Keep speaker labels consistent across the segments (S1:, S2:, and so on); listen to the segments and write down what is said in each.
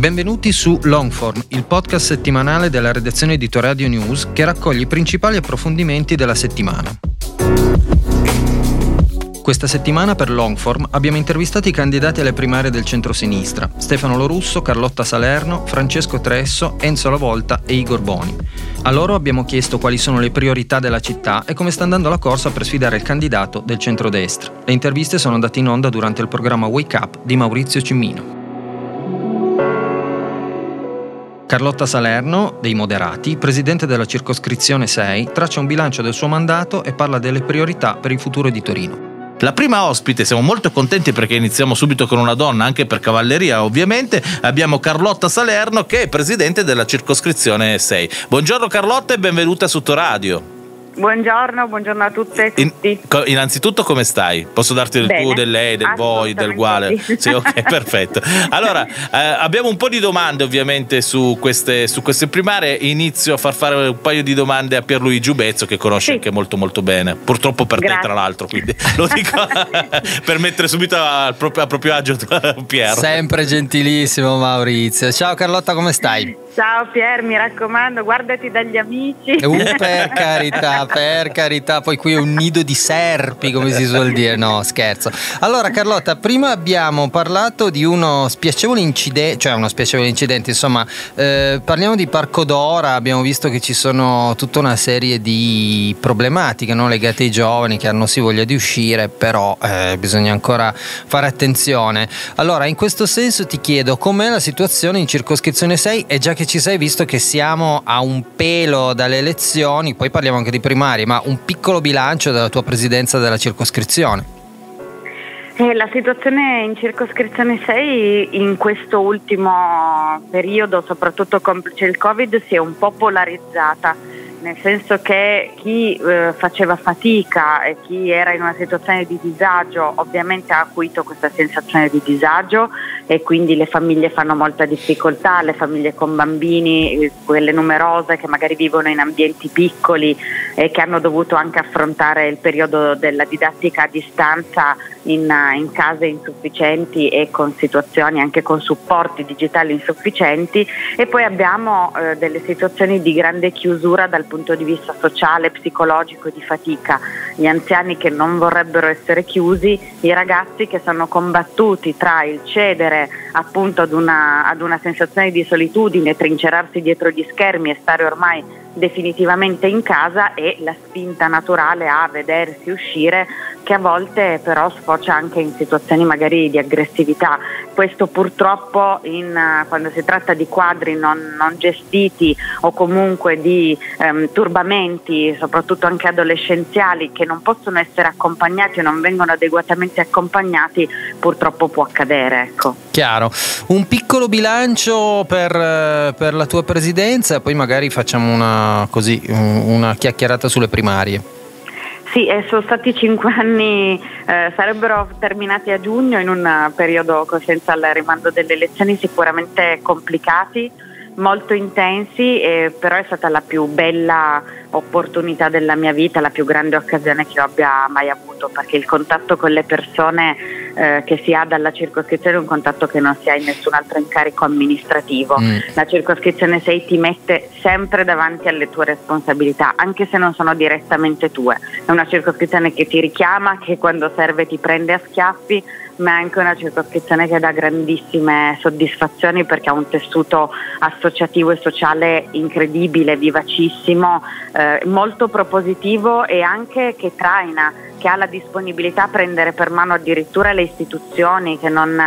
S1: Benvenuti su Longform, il podcast settimanale della redazione di Toradio News che raccoglie i principali approfondimenti della settimana. Questa settimana per Longform abbiamo intervistato i candidati alle primarie del centro-sinistra: Stefano Lorusso, Carlotta Salerno, Francesco Tresso, Enzo Lavolta e Igor Boni. A loro abbiamo chiesto quali sono le priorità della città e come sta andando la corsa per sfidare il candidato del centrodestra. Le interviste sono andate in onda durante il programma Wake Up di Maurizio Cimino. Carlotta Salerno, dei Moderati, presidente della circoscrizione 6, traccia un bilancio del suo mandato e parla delle priorità per il futuro di Torino.
S2: La prima ospite, siamo molto contenti perché iniziamo subito con una donna, anche per cavalleria ovviamente. Abbiamo Carlotta Salerno, che è presidente della circoscrizione 6. Buongiorno Carlotta e benvenuta su Toradio.
S3: Buongiorno a tutte e tutti.
S2: Innanzitutto come stai? Posso darti del tu, del lei, del voi, del uguale? Sì, ok, perfetto. Allora, abbiamo un po' di domande ovviamente su queste primarie. Inizio a far fare un paio di domande a Pierluigi Ubezzo, che conosci anche molto molto bene. Purtroppo per te, tra l'altro, quindi lo dico per mettere subito a proprio agio Pier.
S1: Sempre gentilissimo Maurizio. Ciao Carlotta, come stai?
S3: Ciao Pier, mi raccomando, guardati dagli amici.
S1: Per carità, poi qui è un nido di serpi, come si suol dire. No, scherzo. Allora Carlotta, prima abbiamo parlato di uno spiacevole incidente, insomma, parliamo di Parco Dora. Abbiamo visto che ci sono tutta una serie di problematiche, no, legate ai giovani che hanno sì voglia di uscire, però bisogna ancora fare attenzione. Allora, in questo senso ti chiedo com'è la situazione in circoscrizione 6, e già che ci sei, visto che siamo a un pelo dalle elezioni, poi parliamo anche di primarie, ma un piccolo bilancio della tua presidenza della circoscrizione.
S3: La situazione in circoscrizione 6 in questo ultimo periodo, soprattutto complice il Covid, si è un po' polarizzata, nel senso che chi faceva fatica e chi era in una situazione di disagio ovviamente ha acuito questa sensazione di disagio, e quindi le famiglie fanno molta difficoltà, le famiglie con bambini, quelle numerose che magari vivono in ambienti piccoli e che hanno dovuto anche affrontare il periodo della didattica a distanza in case insufficienti e con situazioni anche con supporti digitali insufficienti. E poi abbiamo delle situazioni di grande chiusura dal punto di vista sociale, psicologico e di fatica, gli anziani che non vorrebbero essere chiusi, i ragazzi che sono combattuti tra il cedere appunto ad una sensazione di solitudine, trincerarsi dietro gli schermi e stare ormai definitivamente in casa, e la spinta naturale a vedersi uscire, che a volte però sfocia anche in situazioni magari di aggressività. Questo purtroppo quando si tratta di quadri non gestiti, o comunque di turbamenti, soprattutto anche adolescenziali, che non possono essere accompagnati o non vengono adeguatamente accompagnati, purtroppo può accadere, ecco.
S1: Chiaro. Un piccolo bilancio per la tua presidenza, e poi magari facciamo una chiacchierata sulle primarie.
S3: Sì, sono stati 5 anni, sarebbero terminati a giugno, in un periodo senza il rimando delle elezioni, sicuramente complicati, molto intensi, però è stata la più bella opportunità della mia vita, la più grande occasione che io abbia mai avuto, perché il contatto con le persone che si ha dalla circoscrizione è un contatto che non si ha in nessun altro incarico amministrativo. La circoscrizione 6 ti mette sempre davanti alle tue responsabilità, anche se non sono direttamente tue. È una circoscrizione che ti richiama, che quando serve ti prende a schiaffi, ma è anche una circoscrizione che dà grandissime soddisfazioni, perché ha un tessuto associativo e sociale incredibile, vivacissimo, molto propositivo, e anche che traina, che ha la disponibilità a prendere per mano addirittura le istituzioni, che non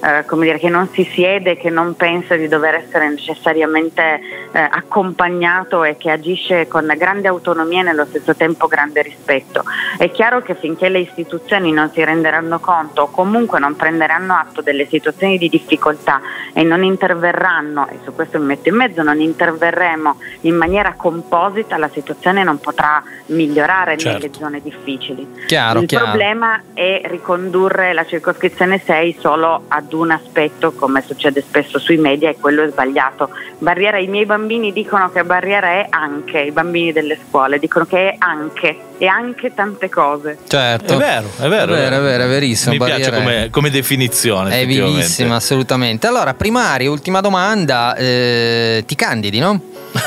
S3: si siede, che non pensa di dover essere necessariamente accompagnato, e che agisce con grande autonomia e nello stesso tempo grande rispetto. È chiaro che finché le istituzioni non si renderanno conto, o comunque non prenderanno atto delle situazioni di difficoltà e non interverranno, e su questo mi metto in mezzo, non interverremo in maniera composita, la situazione non potrà migliorare nelle zone difficili. Il problema è ricondurre la circoscrizione 6 solo ad un aspetto, come succede spesso sui media, e quello è sbagliato. Barriera, i miei bambini dicono che Barriera è anche, i bambini delle scuole dicono che è anche tante cose.
S1: Certo,
S2: è
S1: verissimo.
S2: Mi piace come definizione.
S1: È vivissima, assolutamente. Allora, primaria, ultima domanda, ti candidi, no?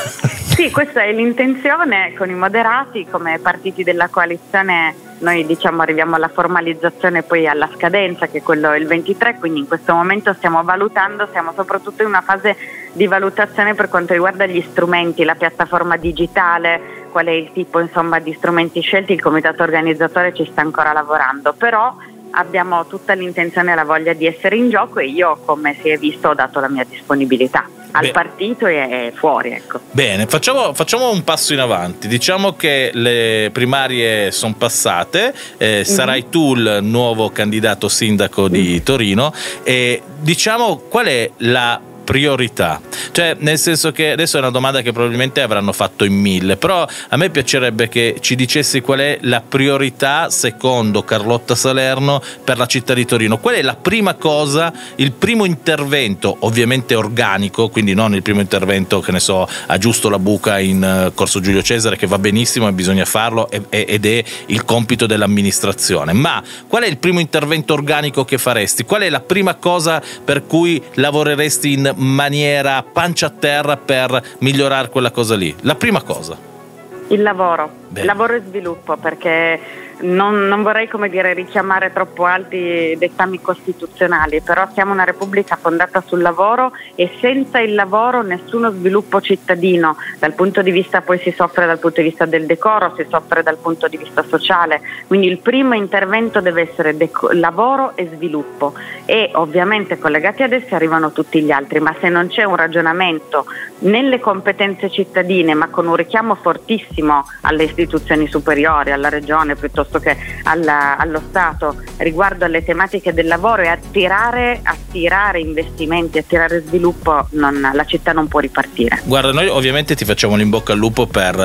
S3: Sì, questa è l'intenzione. Con i moderati come partiti della coalizione noi arriviamo alla formalizzazione, poi alla scadenza, che quello è il 23, quindi in questo momento stiamo valutando, siamo soprattutto in una fase di valutazione per quanto riguarda gli strumenti, la piattaforma digitale, qual è il tipo di strumenti scelti. Il comitato organizzatore ci sta ancora lavorando, però abbiamo tutta l'intenzione e la voglia di essere in gioco, e io, come si è visto, ho dato la mia disponibilità al partito e fuori, ecco.
S2: Bene, facciamo un passo in avanti. Diciamo che le primarie sono passate, sarai tu il nuovo candidato sindaco di Torino, e diciamo qual è la priorità? Cioè, nel senso che adesso è una domanda che probabilmente avranno fatto in 1000, però a me piacerebbe che ci dicessi qual è la priorità secondo Carlotta Salerno per la città di Torino. Qual è la prima cosa, il primo intervento, ovviamente organico, quindi non il primo intervento, che ne so, aggiusto la buca in Corso Giulio Cesare, che va benissimo e bisogna farlo ed è il compito dell'amministrazione, ma qual è il primo intervento organico che faresti? Qual è la prima cosa per cui lavoreresti in maniera pancia a terra per migliorare quella cosa lì? La prima cosa.
S3: Il lavoro. Lavoro e sviluppo, perché non vorrei richiamare troppo alti dettami costituzionali, però siamo una repubblica fondata sul lavoro, e senza il lavoro nessuno sviluppo cittadino. Dal punto di vista, poi si soffre dal punto di vista del decoro, si soffre dal punto di vista sociale, quindi il primo intervento deve essere lavoro e sviluppo, e ovviamente collegati ad essi arrivano tutti gli altri, ma se non c'è un ragionamento nelle competenze cittadine, ma con un richiamo fortissimo alle istituzioni superiori, alla regione piuttosto che allo Stato, riguardo alle tematiche del lavoro, e attirare investimenti, attirare sviluppo, la città non può ripartire.
S2: Guarda, noi ovviamente ti facciamo l'in bocca al lupo per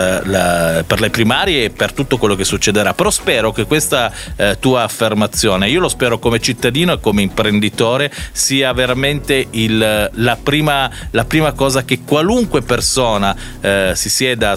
S2: le primarie e per tutto quello che succederà, però spero che questa tua affermazione, io lo spero come cittadino e come imprenditore, sia veramente la prima cosa che qualunque persona si sieda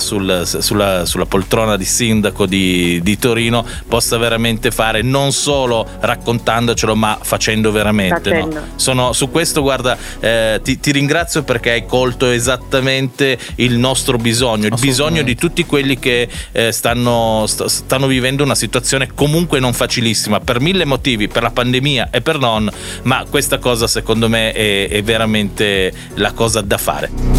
S2: sulla poltrona di sindaco di Torino possa veramente fare, non solo raccontandocelo ma facendo veramente, no? Su questo, guarda, ti ringrazio perché hai colto esattamente il nostro bisogno, il bisogno di tutti quelli che stanno vivendo una situazione comunque non facilissima per 1000 motivi, per la pandemia e per non, ma questa cosa secondo me è veramente la cosa da fare.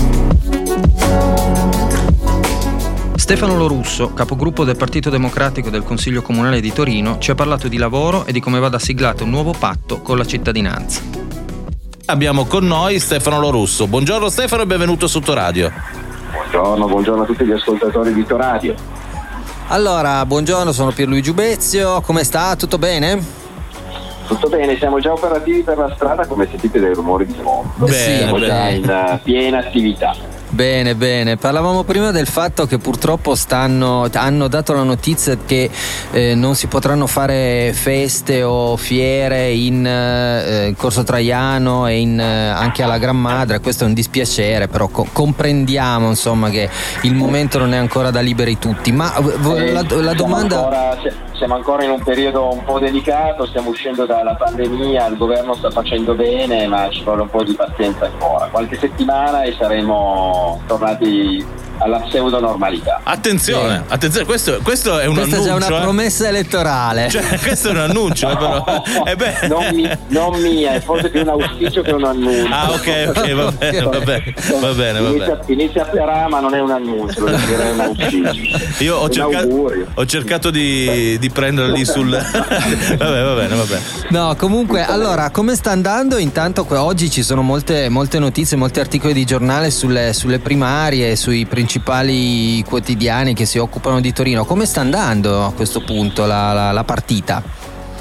S1: Stefano Lorusso, capogruppo del Partito Democratico del Consiglio Comunale di Torino, ci ha parlato di lavoro e di come vada siglato un nuovo patto con la cittadinanza.
S2: Abbiamo con noi Stefano Lorusso. Buongiorno Stefano e benvenuto su Toradio.
S4: Buongiorno a tutti gli ascoltatori di Toradio.
S1: Allora, buongiorno, sono Pierluigi Ubezio, come sta? Tutto bene?
S4: Tutto bene, siamo già operativi per la strada, come sentite dai rumori di moto. Siamo già in piena attività.
S1: Bene, parlavamo prima del fatto che purtroppo hanno dato la notizia che non si potranno fare feste o fiere in Corso Traiano e anche alla Gran Madre. Questo è un dispiacere, però comprendiamo insomma che il momento non è ancora da liberi tutti, ma la domanda...
S4: Siamo ancora in un periodo un po' delicato, stiamo uscendo dalla pandemia, il governo sta facendo bene, ma ci vuole un po' di pazienza ancora. Qualche settimana e saremo tornati alla pseudo normalità.
S2: Attenzione, questo è un annuncio. Questa è già una
S1: promessa elettorale.
S2: Cioè, questo è un annuncio,
S4: no,
S2: però.
S4: Non mia, è forse più un auspicio che un annuncio.
S2: Ah, ok, va bene.
S4: Inizia a Perà, ma non è un annuncio, lo direi un auspicio.
S2: Io ho cercato di prenderla lì sul. Va bene.
S1: No, comunque, allora, come sta andando? Intanto oggi ci sono molte notizie, molti articoli di giornale sulle primarie, sui principali quotidiani che si occupano di Torino. Come sta andando a questo punto la partita?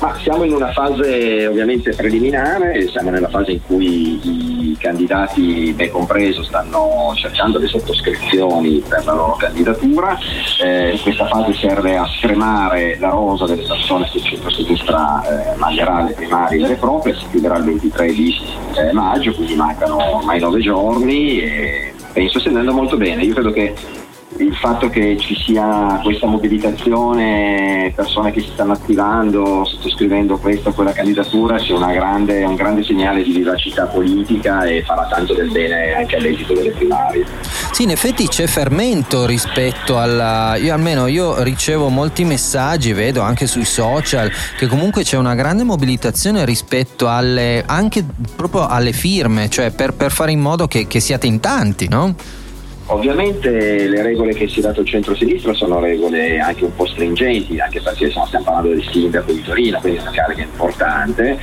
S4: Ma siamo in una fase ovviamente preliminare, siamo nella fase in cui i candidati, me compreso, stanno cercando le sottoscrizioni per la loro candidatura. Questa fase serve a stremare la rosa delle persone che il centro-sinistra manderà alle primarie vere e proprie. Si chiuderà il 23 di maggio, quindi mancano ormai 9 giorni e penso stia andando molto bene. Io credo che il fatto che ci sia questa mobilitazione, persone che si stanno attivando, sottoscrivendo questa o quella candidatura, sia un grande segnale di vivacità politica e farà tanto del bene anche all'esito delle primarie.
S1: Sì, in effetti c'è fermento rispetto io ricevo molti messaggi, vedo anche sui social che comunque c'è una grande mobilitazione rispetto anche proprio alle firme, cioè per fare in modo che siate in tanti, no?
S4: Ovviamente le regole che si è dato il centro-sinistra sono regole anche un po' stringenti, anche perché stiamo parlando del sindaco di Torino, quindi è una carica importante,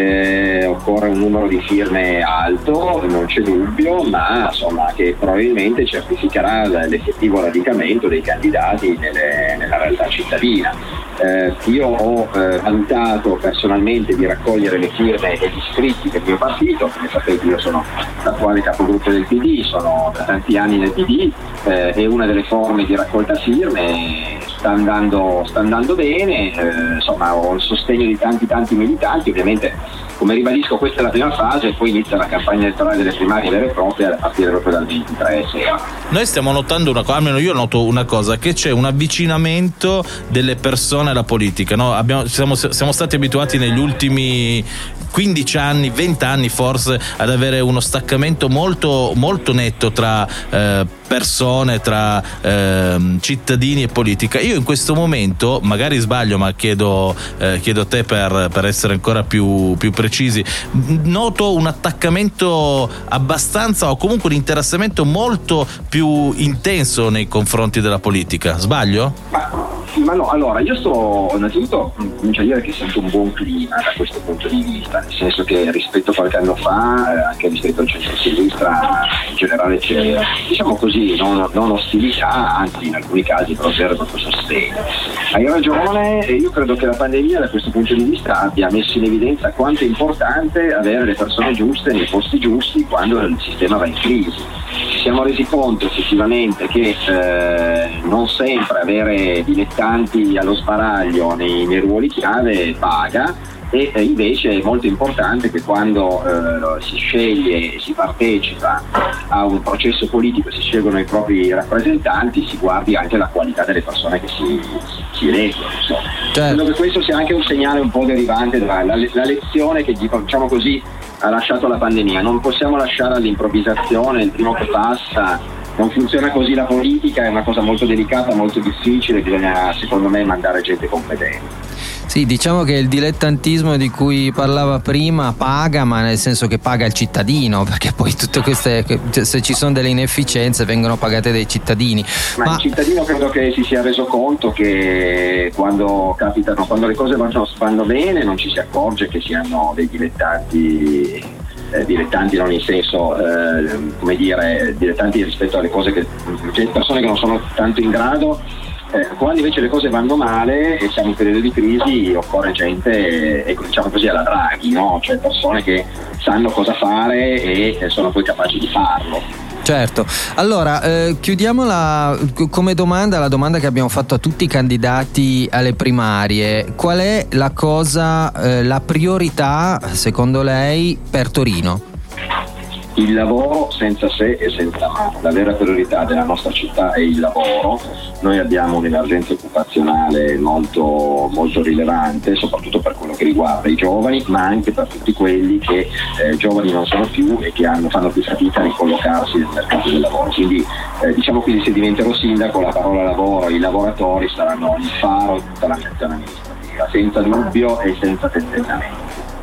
S4: occorre un numero di firme alto, non c'è dubbio, ma insomma che probabilmente certificherà l'effettivo radicamento dei candidati nella realtà cittadina. Io ho valutato personalmente di raccogliere le firme e gli iscritti del mio partito, come sapete io sono l'attuale capogruppo del PD, sono da tanti anni nel PD e una delle forme di raccolta firme sta andando bene, insomma ho il sostegno di tanti militanti. Ovviamente, come ribadisco, questa è la prima fase e poi inizia la campagna elettorale delle primarie vere e proprie a partire proprio dal 23 sera.
S2: Noi stiamo notando una cosa, almeno io noto una cosa, che c'è un avvicinamento delle persone alla politica, no? Siamo stati abituati negli ultimi 15 anni, 20 anni forse, ad avere uno staccamento molto, molto netto tra persone, tra cittadini e politica. Io in questo momento, magari sbaglio, ma chiedo a te per essere ancora più precisi, noto un attaccamento abbastanza, o comunque un interessamento molto più intenso nei confronti della politica. Sbaglio?
S4: Ma no, allora io innanzitutto comincio a dire che sento un buon clima da questo punto di vista, nel senso che rispetto a qualche anno fa, anche rispetto al centro-sinistra in generale c'è, diciamo così, non ostilità, anzi in alcuni casi proprio sostegno. Hai ragione, e io credo che la pandemia da questo punto di vista abbia messo in evidenza quanto è importante avere le persone giuste nei posti giusti quando il sistema va in crisi. Ci siamo resi conto effettivamente che non sempre avere dilettanti allo sbaraglio nei ruoli chiave paga, e invece è molto importante che quando si sceglie e si partecipa a un processo politico, si scelgono i propri rappresentanti, si guardi anche la qualità delle persone che si eleggono. Certo. Credo che questo sia anche un segnale un po' derivante dalla lezione che, diciamo così, ha lasciato la pandemia. Non possiamo lasciare all'improvvisazione il primo che passa. Non funziona così la politica, è una cosa molto delicata, molto difficile, bisogna secondo me mandare gente competente.
S1: Sì, diciamo che il dilettantismo di cui parlava prima paga, ma nel senso che paga il cittadino, perché poi tutte queste, se ci sono delle inefficienze, vengono pagate dai cittadini.
S4: Ma il cittadino credo che si sia reso conto che quando le cose vanno bene non ci si accorge che siano dei dilettanti non in senso dilettanti rispetto alle cose persone che non sono tanto in grado. Quando invece le cose vanno male e siamo in periodo di crisi, occorre gente, diciamo così, alla Draghi, no? Cioè persone che sanno cosa fare e sono poi capaci di farlo.
S1: Certo, allora chiudiamo come domanda la domanda che abbiamo fatto a tutti i candidati alle primarie. Qual è la priorità secondo lei per Torino?
S4: Il lavoro senza se e senza ma. La vera priorità della nostra città è il lavoro. Noi abbiamo un'emergenza occupazionale molto, molto rilevante, soprattutto per quello che riguarda i giovani, ma anche per tutti quelli che giovani non sono più e che fanno più fatica a ricollocarsi nel mercato del lavoro. Quindi se diventerò sindaco, la parola lavoro, i lavoratori saranno il faro di tutta la gestione amministrativa, senza dubbio e senza tentennamento.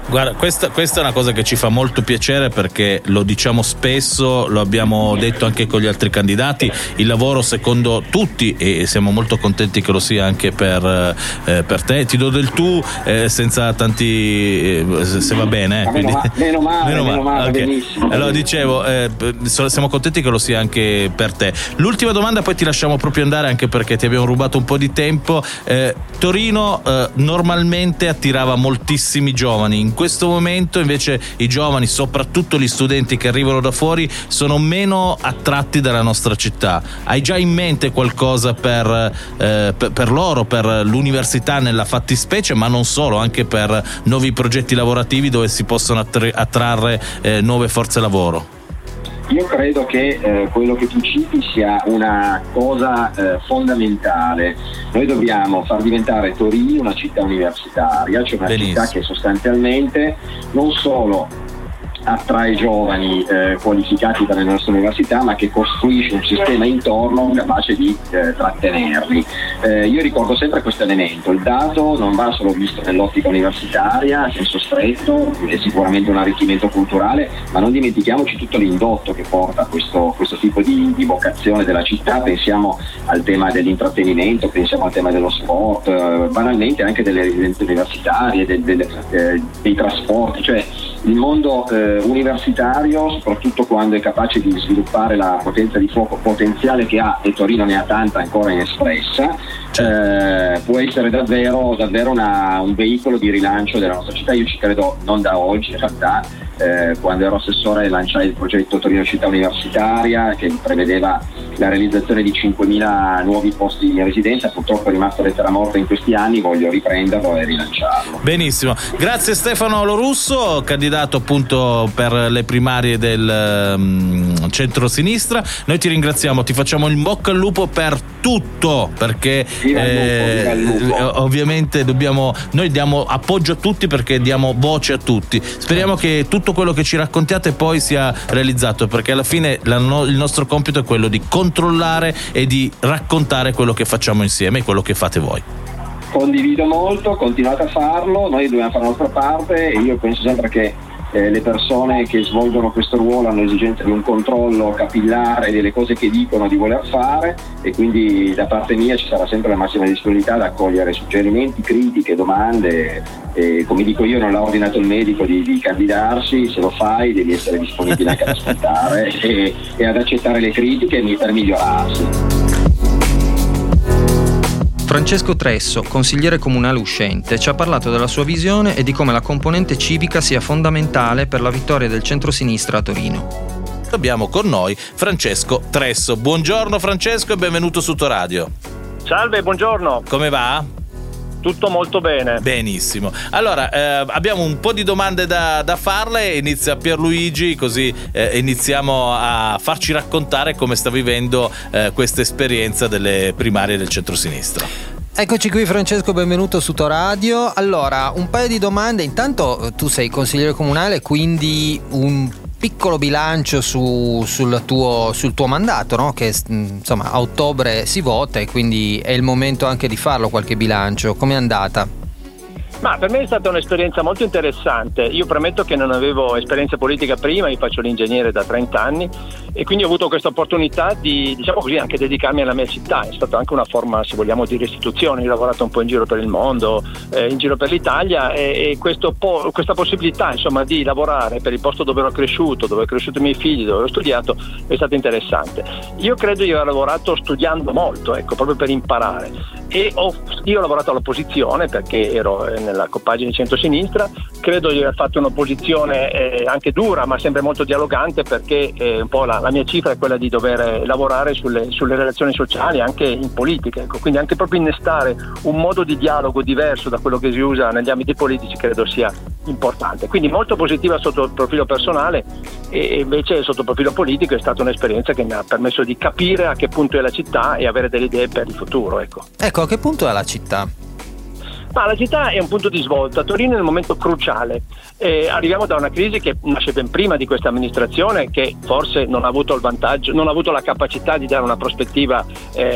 S2: Guarda, questa è una cosa che ci fa molto piacere, perché lo diciamo spesso, lo abbiamo detto anche con gli altri candidati, il lavoro secondo tutti, e siamo molto contenti che lo sia anche per te. Ti do del tu senza tanti se va bene.
S4: Meno male,
S2: okay.
S4: Benissimo.
S2: Allora dicevo, siamo contenti che lo sia anche per te. L'ultima domanda, poi ti lasciamo proprio andare, anche perché ti abbiamo rubato un po' di tempo. Torino normalmente attirava moltissimi giovani, in questo momento invece i giovani, soprattutto gli studenti che arrivano da fuori, sono meno attratti dalla nostra città. Hai già in mente qualcosa per loro, per l'università nella fattispecie, ma non solo, anche per nuovi progetti lavorativi dove si possono attrarre nuove forze lavoro?
S4: Io credo che quello che tu citi sia una cosa fondamentale. Noi dobbiamo far diventare Torino una città universitaria, cioè una città che sostanzialmente non solo attrae giovani qualificati dalle nostre università, ma che costruisce un sistema intorno capace di trattenerli. Io ricordo sempre questo elemento: il dato non va solo visto nell'ottica universitaria a senso stretto, è sicuramente un arricchimento culturale, ma non dimentichiamoci tutto l'indotto che porta a questo tipo di vocazione della città. Pensiamo al tema dell'intrattenimento, pensiamo al tema dello sport, banalmente anche delle residenze universitarie, dei trasporti, cioè il mondo universitario, soprattutto quando è capace di sviluppare la potenza di fuoco potenziale che ha, e Torino ne ha tanta ancora inespressa, può essere davvero un veicolo di rilancio della nostra città. Io ci credo non da oggi, in realtà. Quando ero assessore lanciai il progetto Torino Città Universitaria, che prevedeva la realizzazione di 5.000 nuovi posti di residenza. Purtroppo è rimasto lettera morta in questi anni, voglio riprenderlo e rilanciarlo.
S2: Benissimo, grazie Stefano Lorusso, candidato appunto per le primarie del centro-sinistra. Noi ti ringraziamo, ti facciamo il bocca al lupo per tutto, perché ovviamente noi diamo appoggio a tutti, perché diamo voce a tutti. Speriamo che tutto quello che ci raccontiate poi sia realizzato, perché alla fine il nostro compito è quello di controllare e di raccontare quello che facciamo insieme e quello che fate voi.
S4: Condivido molto, continuate a farlo, noi dobbiamo fare la nostra parte, e io penso sempre che le persone che svolgono questo ruolo hanno esigenza di un controllo capillare delle cose che dicono di voler fare, e quindi da parte mia ci sarà sempre la massima disponibilità ad accogliere suggerimenti, critiche, domande. E come dico io, non l'ha ordinato il medico di candidarsi, se lo fai devi essere disponibile anche ad ascoltare e ad accettare le critiche per migliorarsi.
S1: Francesco Tresso, consigliere comunale uscente, ci ha parlato della sua visione e di come la componente civica sia fondamentale per la vittoria del centro-sinistra a Torino.
S2: Abbiamo con noi Francesco Tresso. Buongiorno Francesco e benvenuto su Toradio.
S5: Salve, buongiorno.
S2: Come va?
S5: Tutto molto bene.
S2: Benissimo. Allora, abbiamo un po' di domande da farle. Inizia Pierluigi, così iniziamo a farci raccontare come sta vivendo questa esperienza delle primarie del centro-sinistra.
S1: Eccoci qui Francesco, benvenuto su Toradio. Allora, un paio di domande. Intanto tu sei consigliere comunale, quindi un piccolo bilancio sul tuo mandato, no? Che insomma a ottobre si vota e quindi è il momento anche di farlo, qualche bilancio. Com'è andata?
S5: Ma per me è stata un'esperienza molto interessante. Io premetto che non avevo esperienza politica prima, io faccio l'ingegnere da 30 anni e quindi ho avuto questa opportunità di, diciamo così, anche dedicarmi alla mia città. È stata anche una forma, se vogliamo, di restituzione. Io ho lavorato un po' in giro per il mondo, in giro per l'Italia, e questa possibilità, insomma, di lavorare per il posto dove ero cresciuto, dove ho cresciuto i miei figli, dove ho studiato, è stata interessante. Io credo di aver lavorato studiando molto, ecco, proprio per imparare. Io ho lavorato all'opposizione perché ero nella compagine centro-sinistra. Credo di aver fatto un'opposizione anche dura, ma sempre molto dialogante, perché un po' la mia cifra è quella di dover lavorare sulle relazioni sociali anche in politica, ecco. Quindi anche proprio innestare un modo di dialogo diverso da quello che si usa negli ambiti politici credo sia importante. Quindi molto positiva sotto il profilo personale, e invece sotto il profilo politico è stata un'esperienza che mi ha permesso di capire a che punto è la città e avere delle idee per il futuro, ecco.
S1: Ecco, a che punto è la città?
S5: Ma la città è un punto di svolta, Torino è un momento cruciale. Arriviamo da una crisi che nasce ben prima di questa amministrazione, che forse non ha avuto il vantaggio, non ha avuto la capacità di dare una prospettiva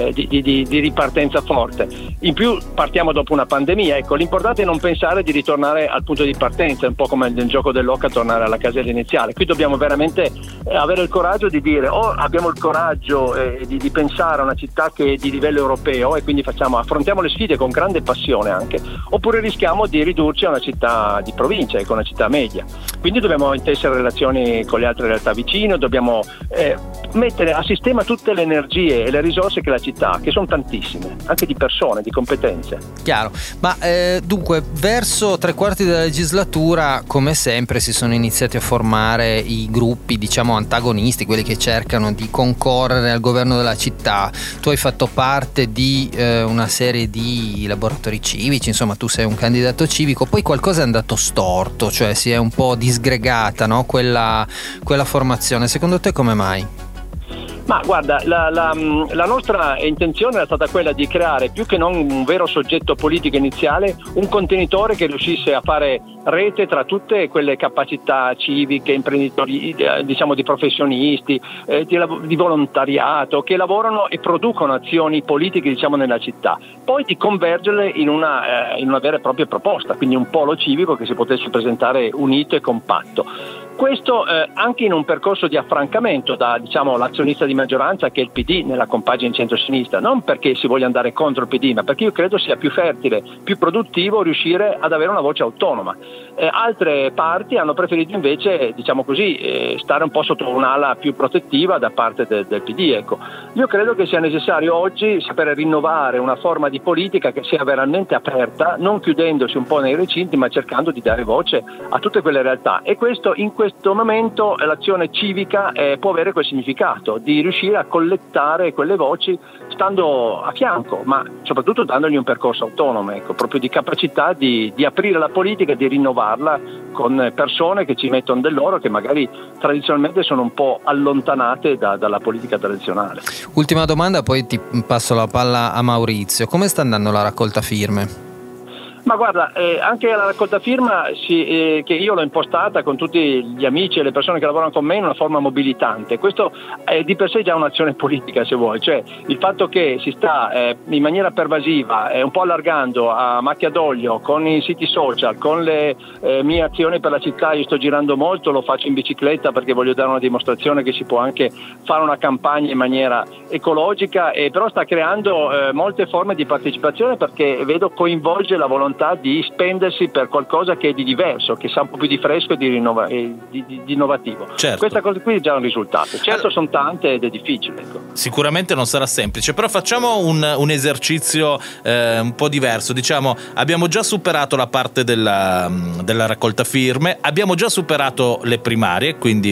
S5: di ripartenza forte. In più partiamo dopo una pandemia, ecco, l'importante è non pensare di ritornare al punto di partenza, è un po' come nel gioco dell'oca tornare alla casella iniziale. Qui dobbiamo veramente avere il coraggio di dire abbiamo il coraggio di pensare a una città che è di livello europeo e quindi affrontiamo le sfide con grande passione anche, oppure rischiamo di ridurci a una città di provincia, ecco, una città media. Quindi dobbiamo intessere relazioni con le altre realtà vicine, dobbiamo mettere a sistema tutte le energie e le risorse che la città, che sono tantissime, anche di persone, di competenze.
S1: Chiaro, ma dunque verso 3/4 della legislatura, come sempre, si sono iniziati a formare i gruppi, diciamo, antagonisti, quelli che cercano di concorrere al governo della città. Tu hai fatto parte di una serie di laboratori civici, insomma tu sei un candidato civico, poi qualcosa è andato storto, cioè si è un po' disgregata, no? quella formazione. Secondo te come mai?
S5: Ma guarda, la nostra intenzione era stata quella di creare, più che non un vero soggetto politico iniziale, un contenitore che riuscisse a fare rete tra tutte quelle capacità civiche, imprenditori, diciamo di professionisti, di volontariato, che lavorano e producono azioni politiche, diciamo, nella città. Poi di convergerle in una vera e propria proposta, quindi un polo civico che si potesse presentare unito e compatto. Questo anche in un percorso di affrancamento da, diciamo, l'azionista di maggioranza, che è il PD nella compagine centro-sinistra, non perché si voglia andare contro il PD, ma perché io credo sia più fertile, più produttivo riuscire ad avere una voce autonoma. Altre parti hanno preferito invece, diciamo così, stare un po' sotto un'ala più protettiva da parte del PD. Ecco. Io credo che sia necessario oggi sapere rinnovare una forma di politica che sia veramente aperta, non chiudendosi un po' nei recinti, ma cercando di dare voce a tutte quelle realtà. E questo in questo momento l'azione civica può avere quel significato di riuscire a collettare quelle voci stando a fianco, ma soprattutto dandogli un percorso autonomo, ecco, proprio di capacità di aprire la politica e di rinnovarla con persone che ci mettono del loro, che magari tradizionalmente sono un po' allontanate dalla politica tradizionale.
S1: Ultima domanda, poi ti passo la palla a Maurizio. Come sta andando la raccolta firme?
S5: Ma guarda, anche la raccolta firma che io l'ho impostata con tutti gli amici e le persone che lavorano con me in una forma mobilitante. Questo è di per sé già un'azione politica, se vuoi, cioè il fatto che si sta in maniera pervasiva un po' allargando a macchia d'olio con i siti social, con le mie azioni per la città. Io sto girando molto, lo faccio in bicicletta perché voglio dare una dimostrazione che si può anche fare una campagna in maniera ecologica, però sta creando molte forme di partecipazione, perché vedo coinvolge la volontà di spendersi per qualcosa che è di diverso, che sa un po' più di fresco e di innovativo.
S2: Certo.
S5: Questa cosa qui è già un risultato. Certo, sono tante ed è difficile. Ecco.
S2: Sicuramente non sarà semplice, però facciamo un esercizio un po' diverso. Diciamo, abbiamo già superato la parte della raccolta firme, abbiamo già superato le primarie, quindi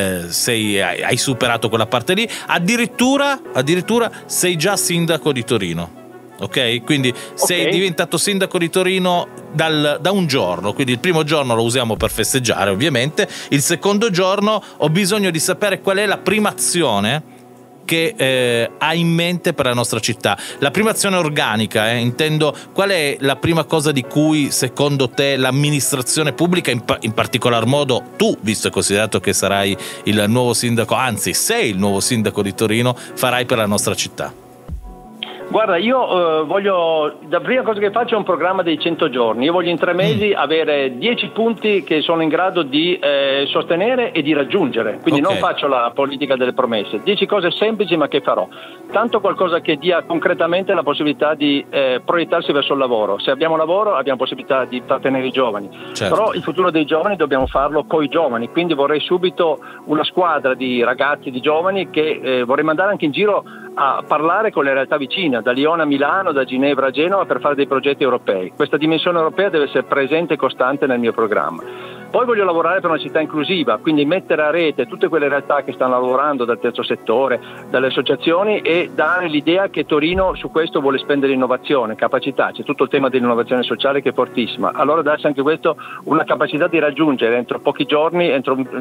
S2: hai superato quella parte lì, addirittura sei già sindaco di Torino. Ok, quindi sei diventato sindaco di Torino da un giorno, quindi il primo giorno lo usiamo per festeggiare, ovviamente. Il secondo giorno ho bisogno di sapere qual è la prima azione che ha in mente per la nostra città, la prima azione organica, intendo. Qual è la prima cosa di cui secondo te l'amministrazione pubblica, in particolar modo tu, visto e considerato che sarai il nuovo sindaco, anzi sei il nuovo sindaco di Torino, farai per la nostra città?
S5: Guarda, io la prima cosa che faccio è un programma dei 100 giorni. Io voglio in 3 mesi avere 10 punti che sono in grado di sostenere e di raggiungere. Quindi non faccio la politica delle promesse. 10 cose semplici ma che farò. Tanto qualcosa che dia concretamente la possibilità di proiettarsi verso il lavoro. Se abbiamo lavoro abbiamo possibilità di trattenere i giovani. Certo. Però il futuro dei giovani dobbiamo farlo coi giovani. Quindi vorrei subito una squadra di ragazzi, di giovani che vorrei mandare anche in giro a parlare con le realtà vicine, da Lione a Milano, da Ginevra a Genova, per fare dei progetti europei. Questa dimensione europea deve essere presente e costante nel mio programma. Poi voglio lavorare per una città inclusiva, quindi mettere a rete tutte quelle realtà che stanno lavorando, dal terzo settore, dalle associazioni, e dare l'idea che Torino su questo vuole spendere innovazione, capacità. C'è tutto il tema dell'innovazione sociale che è fortissima. Allora darsi anche questo una capacità di raggiungere entro pochi giorni, entro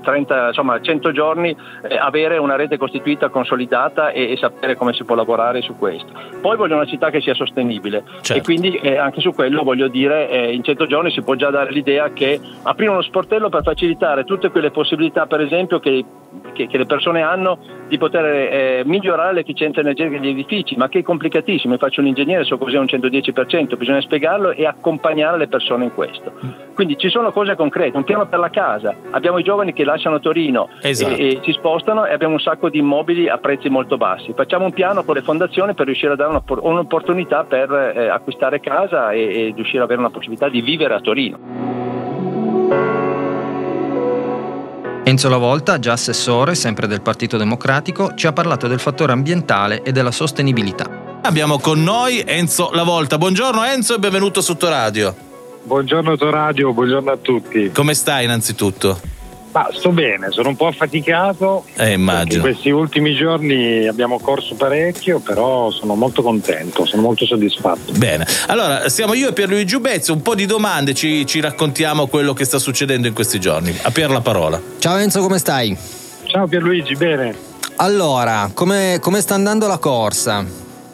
S5: 100 giorni avere una rete costituita, consolidata e sapere come si può lavorare su questo. Poi voglio una città che sia sostenibile,
S2: certo.
S5: E quindi anche su quello voglio dire, in 100 giorni si può già dare l'idea che aprire uno sportello per facilitare tutte quelle possibilità, per esempio, che le persone hanno di poter migliorare l'efficienza energetica degli edifici, ma che è complicatissimo. Io faccio un ingegnere, so cos'è un 110%, bisogna spiegarlo e accompagnare le persone in questo. Quindi ci sono cose concrete, un piano per la casa, abbiamo i giovani che lasciano Torino, esatto, e si spostano, e abbiamo un sacco di immobili a prezzi molto bassi. Facciamo un piano con le fondazioni per riuscire a dare un'opportunità per acquistare casa e riuscire ad avere una possibilità di vivere a Torino.
S1: Enzo La Volta, già assessore, sempre del Partito Democratico, ci ha parlato del fattore ambientale e della sostenibilità.
S2: Abbiamo con noi Enzo La Volta. Buongiorno Enzo e benvenuto su Toradio.
S6: Buongiorno Toradio, buongiorno a tutti.
S2: Come stai innanzitutto?
S6: Ma sto bene, sono un po' affaticato.
S2: Immagino.
S6: In questi ultimi giorni abbiamo corso parecchio, però sono molto contento, sono molto soddisfatto.
S2: Bene, allora siamo io e Pierluigi Ubezzo, un po' di domande, ci raccontiamo quello che sta succedendo in questi giorni. A Pier la parola.
S1: Ciao Enzo, come stai?
S6: Ciao Pierluigi, bene.
S1: Allora, come sta andando la corsa?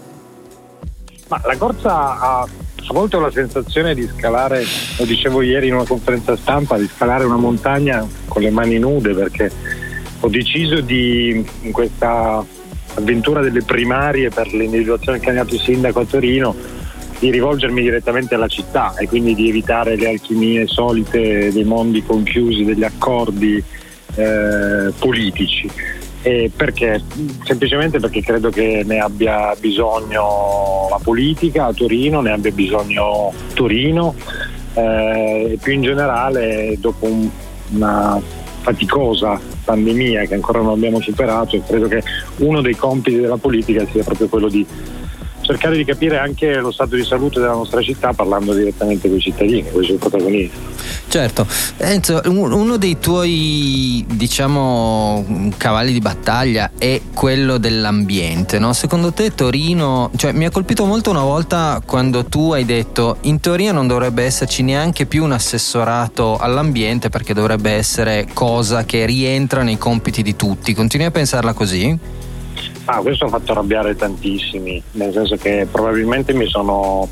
S6: Ma la corsa a volte ho la sensazione di scalare, lo dicevo ieri in una conferenza stampa, di scalare una montagna con le mani nude, perché ho deciso in questa avventura delle primarie per l'individuazione del candidato sindaco a Torino, di rivolgermi direttamente alla città e quindi di evitare le alchimie solite dei mondi conchiusi, degli accordi politici. Perché? Semplicemente perché credo che ne abbia bisogno la politica a Torino, ne abbia bisogno Torino, e più in generale dopo una faticosa pandemia che ancora non abbiamo superato, e credo che uno dei compiti della politica sia proprio quello di cercare di capire anche lo stato di salute della nostra città parlando direttamente con i cittadini, con i suoi protagonisti.
S1: Certo. Enzo, uno dei tuoi, cavalli di battaglia è quello dell'ambiente, no? Secondo te Torino, mi ha colpito molto una volta quando tu hai detto in teoria non dovrebbe esserci neanche più un assessorato all'ambiente perché dovrebbe essere cosa che rientra nei compiti di tutti. Continui a pensarla così?
S6: Questo ha fatto arrabbiare tantissimi, nel senso che probabilmente ho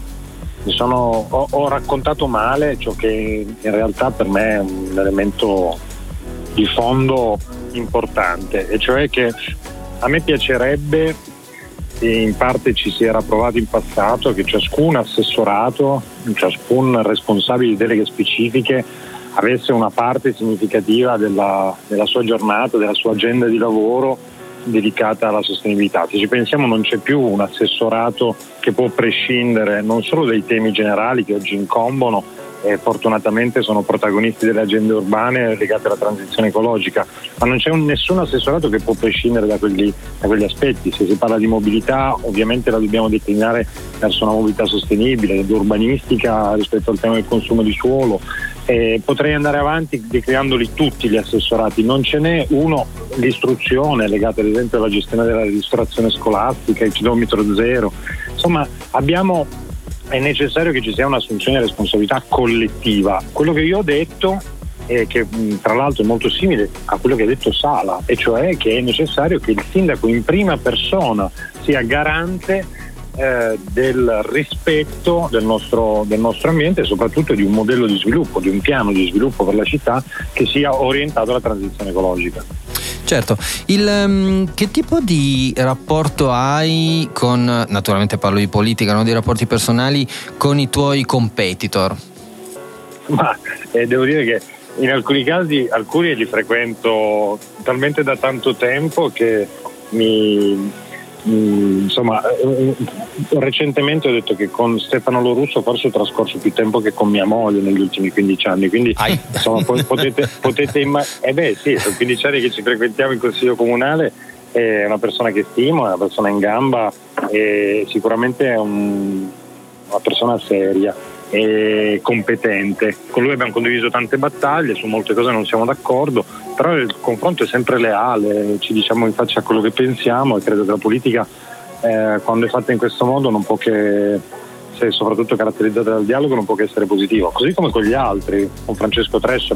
S6: raccontato male ciò che in realtà per me è un elemento di fondo importante, e cioè che a me piacerebbe, e in parte ci si era provato in passato, che ciascun assessorato, ciascun responsabile di deleghe specifiche avesse una parte significativa della sua giornata, della sua agenda di lavoro dedicata alla sostenibilità. Se ci pensiamo, non c'è più un assessorato che può prescindere non solo dai temi generali che oggi incombono e fortunatamente sono protagonisti delle agende urbane legate alla transizione ecologica, ma non c'è nessun assessorato che può prescindere da quegli aspetti. Se si parla di mobilità, ovviamente la dobbiamo declinare verso una mobilità sostenibile, l'urbanistica rispetto al tema del consumo di suolo. Potrei andare avanti declinandoli tutti gli assessorati. Non ce n'è uno, l'istruzione legata ad esempio alla gestione della ristorazione scolastica, il chilometro zero. Insomma, è necessario che ci sia un'assunzione di responsabilità collettiva. Quello che io ho detto, che tra l'altro è molto simile a quello che ha detto Sala, e cioè che è necessario che il sindaco in prima persona sia garante del rispetto del nostro ambiente e soprattutto di un modello di sviluppo, di un piano di sviluppo per la città che sia orientato alla transizione ecologica.
S1: Certo, che tipo di rapporto hai con, naturalmente parlo di politica, non di rapporti personali, con i tuoi competitor?
S6: Devo dire che in alcuni casi alcuni li frequento talmente da tanto tempo che recentemente ho detto che con Stefano Lorusso forse ho trascorso più tempo che con mia moglie negli ultimi 15 anni, quindi insomma potete immaginare, sono 15 anni che ci frequentiamo in consiglio comunale, è una persona che stimo, è una persona in gamba e sicuramente è una persona seria e competente. Con lui abbiamo condiviso tante battaglie, su molte cose non siamo d'accordo, però il confronto è sempre leale, ci diciamo in faccia quello che pensiamo, e credo che la politica quando è fatta in questo modo non può che se soprattutto caratterizzata dal dialogo, non può che essere positivo, così come con gli altri. Con Francesco Tresso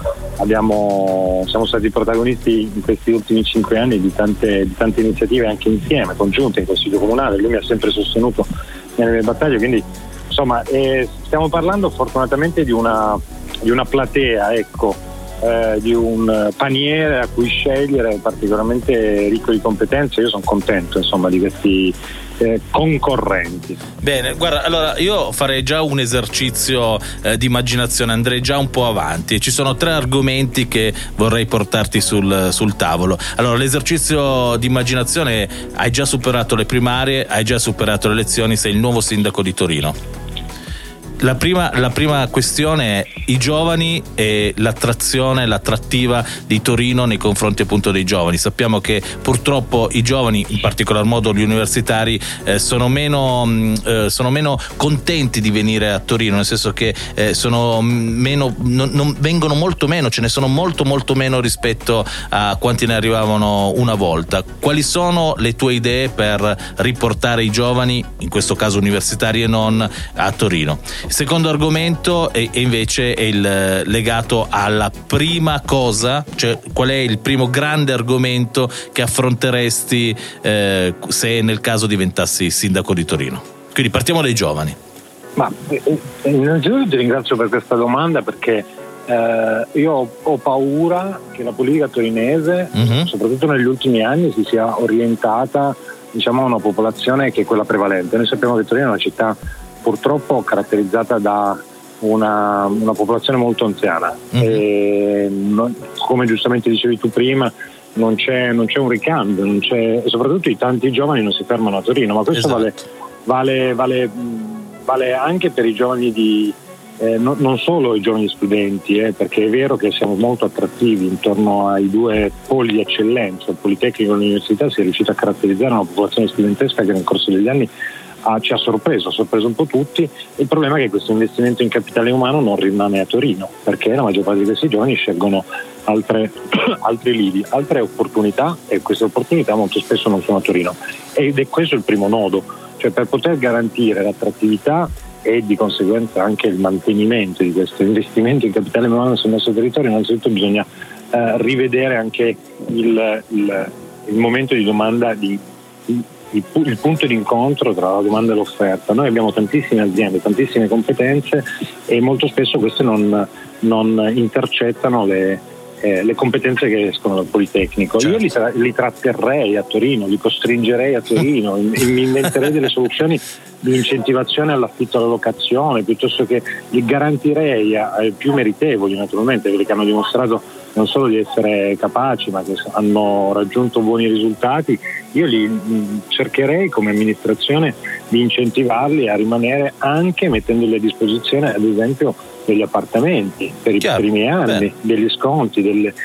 S6: siamo stati protagonisti in questi ultimi 5 anni di tante iniziative anche insieme, congiunte in Consiglio Comunale. Lui mi ha sempre sostenuto nelle mie battaglie, quindi insomma stiamo parlando fortunatamente di una platea, ecco, di un paniere a cui scegliere particolarmente ricco di competenze. Io sono contento insomma di questi concorrenti.
S2: Bene, guarda, allora io farei già un esercizio di immaginazione, andrei già un po' avanti. Ci sono 3 argomenti che vorrei portarti sul tavolo. Allora, l'esercizio di immaginazione: hai già superato le primarie, hai già superato le elezioni, sei il nuovo sindaco di Torino. La prima questione è i giovani e l'attrattiva di Torino nei confronti appunto dei giovani. Sappiamo che purtroppo i giovani, in particolar modo gli universitari, sono meno contenti di venire a Torino, nel senso che sono meno, non vengono molto meno, ce ne sono molto meno rispetto a quanti ne arrivavano una volta. Quali sono le tue idee per riportare i giovani, in questo caso universitari e non, a Torino? Il secondo argomento è invece il legato alla prima cosa, cioè qual è il primo grande argomento che affronteresti se nel caso diventassi sindaco di Torino. Quindi partiamo dai giovani.
S6: Ma innanzitutto ti ringrazio per questa domanda, perché io ho paura che la politica torinese, soprattutto negli ultimi anni, si sia orientata, diciamo, a una popolazione che è quella prevalente. Noi sappiamo che Torino è una città purtroppo caratterizzata da una popolazione molto anziana, e come giustamente dicevi tu prima, non c'è un ricambio, e soprattutto i tanti giovani non si fermano a Torino, ma questo vale anche per i giovani non solo i giovani studenti, perché è vero che siamo molto attrattivi intorno ai 2 poli di eccellenza, il Politecnico e l'università. Si è riuscito a caratterizzare una popolazione studentesca che nel corso degli anni ci ha sorpreso un po' tutti. Il problema è che questo investimento in capitale umano non rimane a Torino, perché la maggior parte di questi giovani scelgono altri lidi, altre opportunità, e queste opportunità molto spesso non sono a Torino, ed è questo il primo nodo. Cioè, per poter garantire l'attrattività e di conseguenza anche il mantenimento di questo investimento in capitale umano sul nostro territorio, innanzitutto bisogna rivedere anche il momento di domanda, il punto di incontro tra la domanda e l'offerta. Noi abbiamo tantissime aziende, tantissime competenze, e molto spesso queste non intercettano le competenze che escono dal Politecnico. Certo. Io li tratterrei a Torino, li costringerei a Torino, mi inventerei delle soluzioni di incentivazione all'affitto alla locazione, piuttosto che li garantirei ai più meritevoli, naturalmente, quelli che hanno dimostrato non solo di essere capaci, ma che hanno raggiunto buoni risultati. Io li cercherei come amministrazione di incentivarli a rimanere, anche mettendoli a disposizione, ad esempio, degli appartamenti per i primi anni, degli sconti,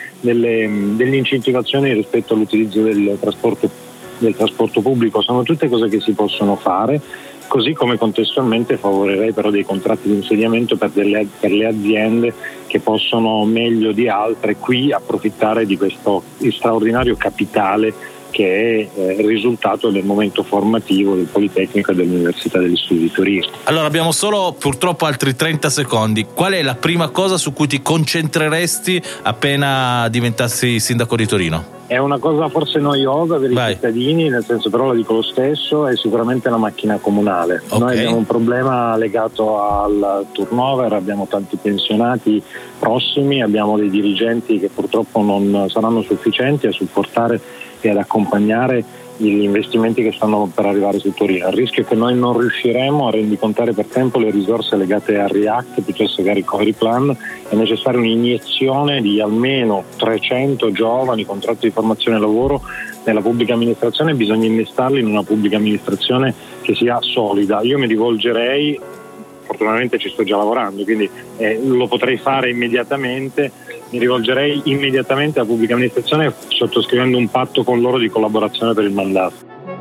S6: delle incentivazioni rispetto all'utilizzo del trasporto pubblico. Sono tutte cose che si possono fare, così come contestualmente favorirei però dei contratti di insediamento per le aziende che possono meglio di altre qui approfittare di questo straordinario capitale che è il risultato del momento formativo del Politecnico e dell'Università degli Studi di Torino.
S2: Allora, abbiamo solo purtroppo altri 30 secondi. Qual è la prima cosa su cui ti concentreresti appena diventassi sindaco di Torino?
S6: È una cosa forse noiosa per i cittadini, nel senso, però la dico lo stesso, è sicuramente la macchina comunale. Okay. Noi abbiamo un problema legato al turnover, abbiamo tanti pensionati prossimi, abbiamo dei dirigenti che purtroppo non saranno sufficienti a supportare e ad accompagnare gli investimenti che stanno per arrivare su Torino. Il rischio è che noi non riusciremo a rendicontare per tempo le risorse legate al REACT piuttosto che al Recovery Plan. È necessaria un'iniezione di almeno 300 giovani, contratti di formazione e lavoro nella pubblica amministrazione. Bisogna innestarli in una pubblica amministrazione che sia solida. Io mi rivolgerei, fortunatamente ci sto già lavorando, quindi lo potrei fare immediatamente. Mi rivolgerei immediatamente alla pubblica amministrazione sottoscrivendo un patto con loro di collaborazione per il mandato.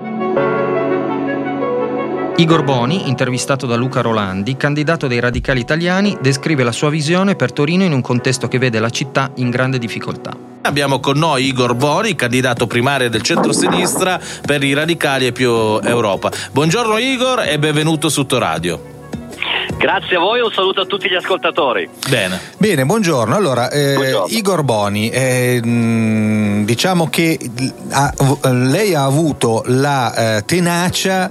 S1: Igor Boni, intervistato da Luca Rolandi, candidato dei Radicali Italiani, descrive la sua visione per Torino in un contesto che vede la città in grande difficoltà.
S2: Abbiamo con noi Igor Boni, candidato primario del centro-sinistra per i Radicali e Più Europa. Buongiorno Igor e benvenuto su Autoradio.
S7: Grazie a voi, un saluto a tutti gli ascoltatori.
S8: Bene, buongiorno. Allora, buongiorno. Igor Boni, diciamo che lei ha avuto la tenacia,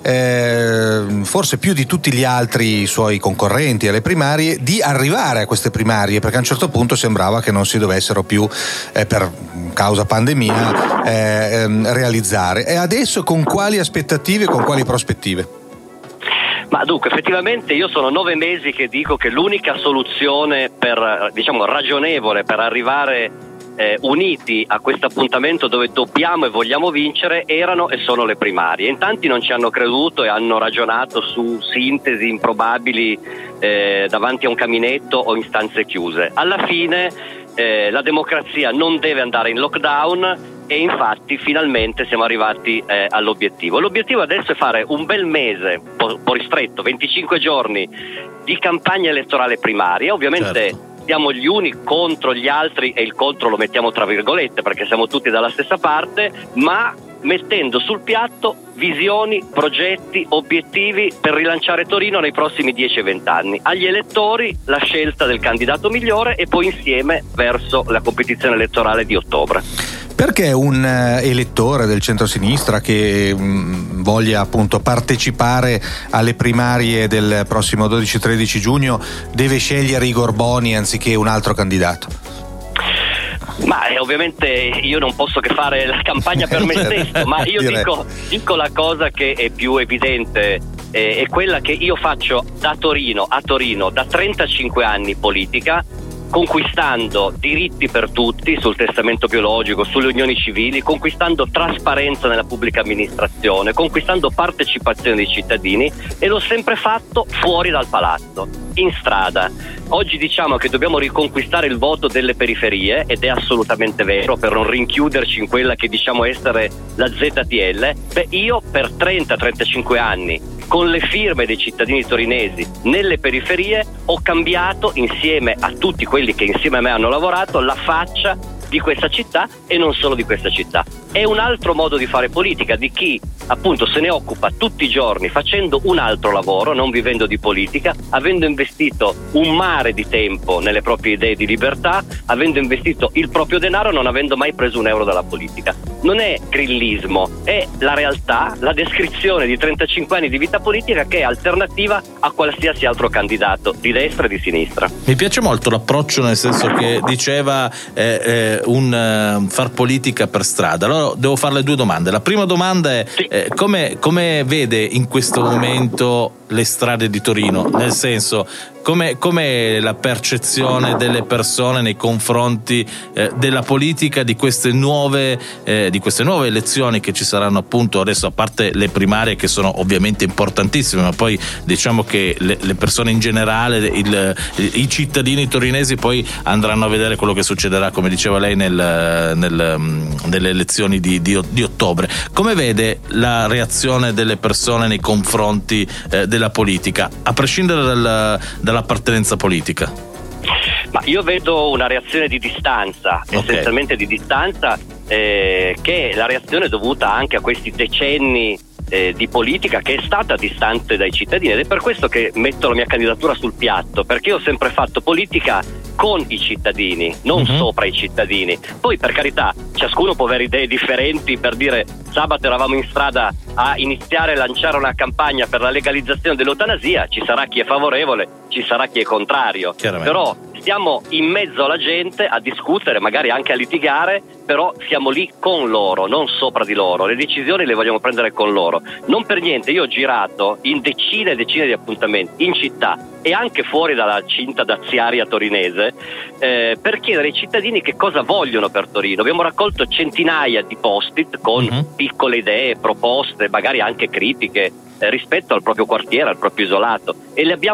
S8: forse più di tutti gli altri suoi concorrenti alle primarie, di arrivare a queste primarie, perché a un certo punto sembrava che non si dovessero più, per causa pandemia, realizzare. E adesso con quali aspettative, con quali prospettive?
S7: Ma dunque, effettivamente io sono 9 mesi che dico che l'unica soluzione ragionevole per arrivare uniti a questo appuntamento dove dobbiamo e vogliamo vincere erano e sono le primarie. In tanti non ci hanno creduto e hanno ragionato su sintesi improbabili davanti a un caminetto o in stanze chiuse. Alla fine la democrazia non deve andare in lockdown e infatti finalmente siamo arrivati all'obiettivo. L'obiettivo adesso è fare un bel mese, un po' ristretto, 25 giorni di campagna elettorale primaria. Ovviamente certo, siamo gli uni contro gli altri, e il contro lo mettiamo tra virgolette perché siamo tutti dalla stessa parte, ma mettendo sul piatto visioni, progetti, obiettivi per rilanciare Torino nei prossimi 10 e 20 anni. Agli elettori la scelta del candidato migliore e poi insieme verso la competizione elettorale di ottobre.
S8: Perché un elettore del centro-sinistra che voglia appunto partecipare alle primarie del prossimo 12-13 giugno deve scegliere Igor Boni anziché un altro candidato?
S7: Ma ovviamente io non posso che fare la campagna per me stesso, ma io dico la cosa che è più evidente, è quella che io faccio a Torino da 35 anni politica, conquistando diritti per tutti sul testamento biologico, sulle unioni civili, conquistando trasparenza nella pubblica amministrazione, conquistando partecipazione dei cittadini, e l'ho sempre fatto fuori dal palazzo, in strada. Oggi diciamo che dobbiamo riconquistare il voto delle periferie, ed è assolutamente vero, per non rinchiuderci in quella che diciamo essere la ZTL. Io per 30-35 anni, con le firme dei cittadini torinesi nelle periferie, ho cambiato, insieme a tutti quelli che insieme a me hanno lavorato, la faccia di questa città e non solo di questa città. È un altro modo di fare politica di chi appunto se ne occupa tutti i giorni facendo un altro lavoro, non vivendo di politica, avendo investito un mare di tempo nelle proprie idee di libertà, avendo investito il proprio denaro, non avendo mai preso un euro dalla politica. Non è grillismo, è la realtà, la descrizione di 35 anni di vita politica che è alternativa a qualsiasi altro candidato di destra e di sinistra.
S2: Mi piace molto l'approccio, nel senso che diceva far politica per strada. Allora devo farle due domande. La prima domanda è come vede in questo momento le strade di Torino, nel senso com'è la percezione delle persone nei confronti della politica, di queste nuove elezioni che ci saranno appunto adesso, a parte le primarie che sono ovviamente importantissime, ma poi diciamo che le persone in generale, i cittadini torinesi poi andranno a vedere quello che succederà, come diceva lei, nelle elezioni di ottobre. Come vede la reazione delle persone nei confronti della politica, a prescindere dall'appartenenza politica?
S7: Ma io vedo una reazione di distanza, essenzialmente di distanza, che è la reazione dovuta anche a questi decenni di politica che è stata distante dai cittadini, ed è per questo che metto la mia candidatura sul piatto, perché io ho sempre fatto politica con i cittadini, non sopra i cittadini. Poi, per carità, ciascuno può avere idee differenti. Per dire, sabato eravamo in strada a iniziare a lanciare una campagna per la legalizzazione dell'eutanasia, ci sarà chi è favorevole, ci sarà chi è contrario, però stiamo in mezzo alla gente a discutere, magari anche a litigare, però siamo lì con loro, non sopra di loro. Le decisioni le vogliamo prendere con loro. Non per niente io ho girato in decine e decine di appuntamenti in città e anche fuori dalla cinta daziaria torinese, per chiedere ai cittadini che cosa vogliono per Torino. Abbiamo raccolto centinaia di post-it con piccole idee, proposte, magari anche critiche rispetto al proprio quartiere, al proprio isolato, e le abbiamo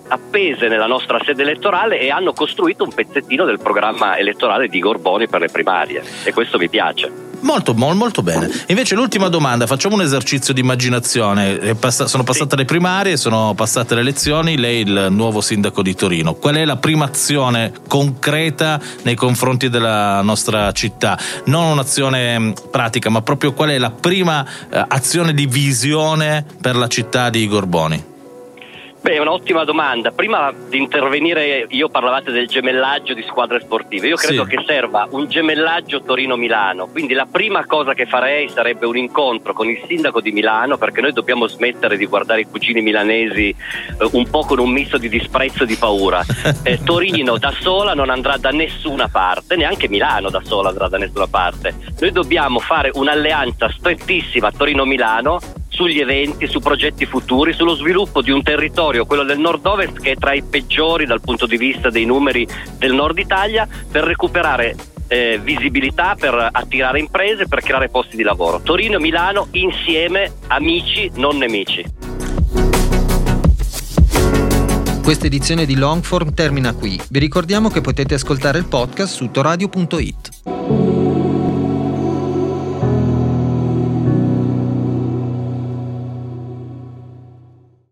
S7: appese nella nostra sede elettorale e hanno costruito un pezzettino del programma elettorale di Igor Boni per le primarie, e questo mi piace.
S2: Molto bene. Invece l'ultima domanda, facciamo un esercizio di immaginazione. Sono passate le primarie, sono passate le elezioni, lei è il nuovo sindaco di Torino. Qual è la prima azione concreta nei confronti della nostra città? Non un'azione pratica, ma proprio qual è la prima azione di visione per la città di Igor Boni?
S7: Beh, è un'ottima domanda. Prima di intervenire, parlavate del gemellaggio di squadre sportive. Io credo che serva un gemellaggio Torino-Milano, quindi la prima cosa che farei sarebbe un incontro con il sindaco di Milano, perché noi dobbiamo smettere di guardare i cugini milanesi un po' con un misto di disprezzo e di paura. Torino da sola non andrà da nessuna parte, neanche Milano da sola andrà da nessuna parte. Noi dobbiamo fare un'alleanza strettissima Torino-Milano sugli eventi, su progetti futuri, sullo sviluppo di un territorio, quello del nord-ovest, che è tra i peggiori dal punto di vista dei numeri del nord Italia, per recuperare visibilità, per attirare imprese, per creare posti di lavoro. Torino e Milano insieme, amici, non nemici.
S1: Questa edizione di Longform termina qui. Vi ricordiamo che potete ascoltare il podcast su toradio.it.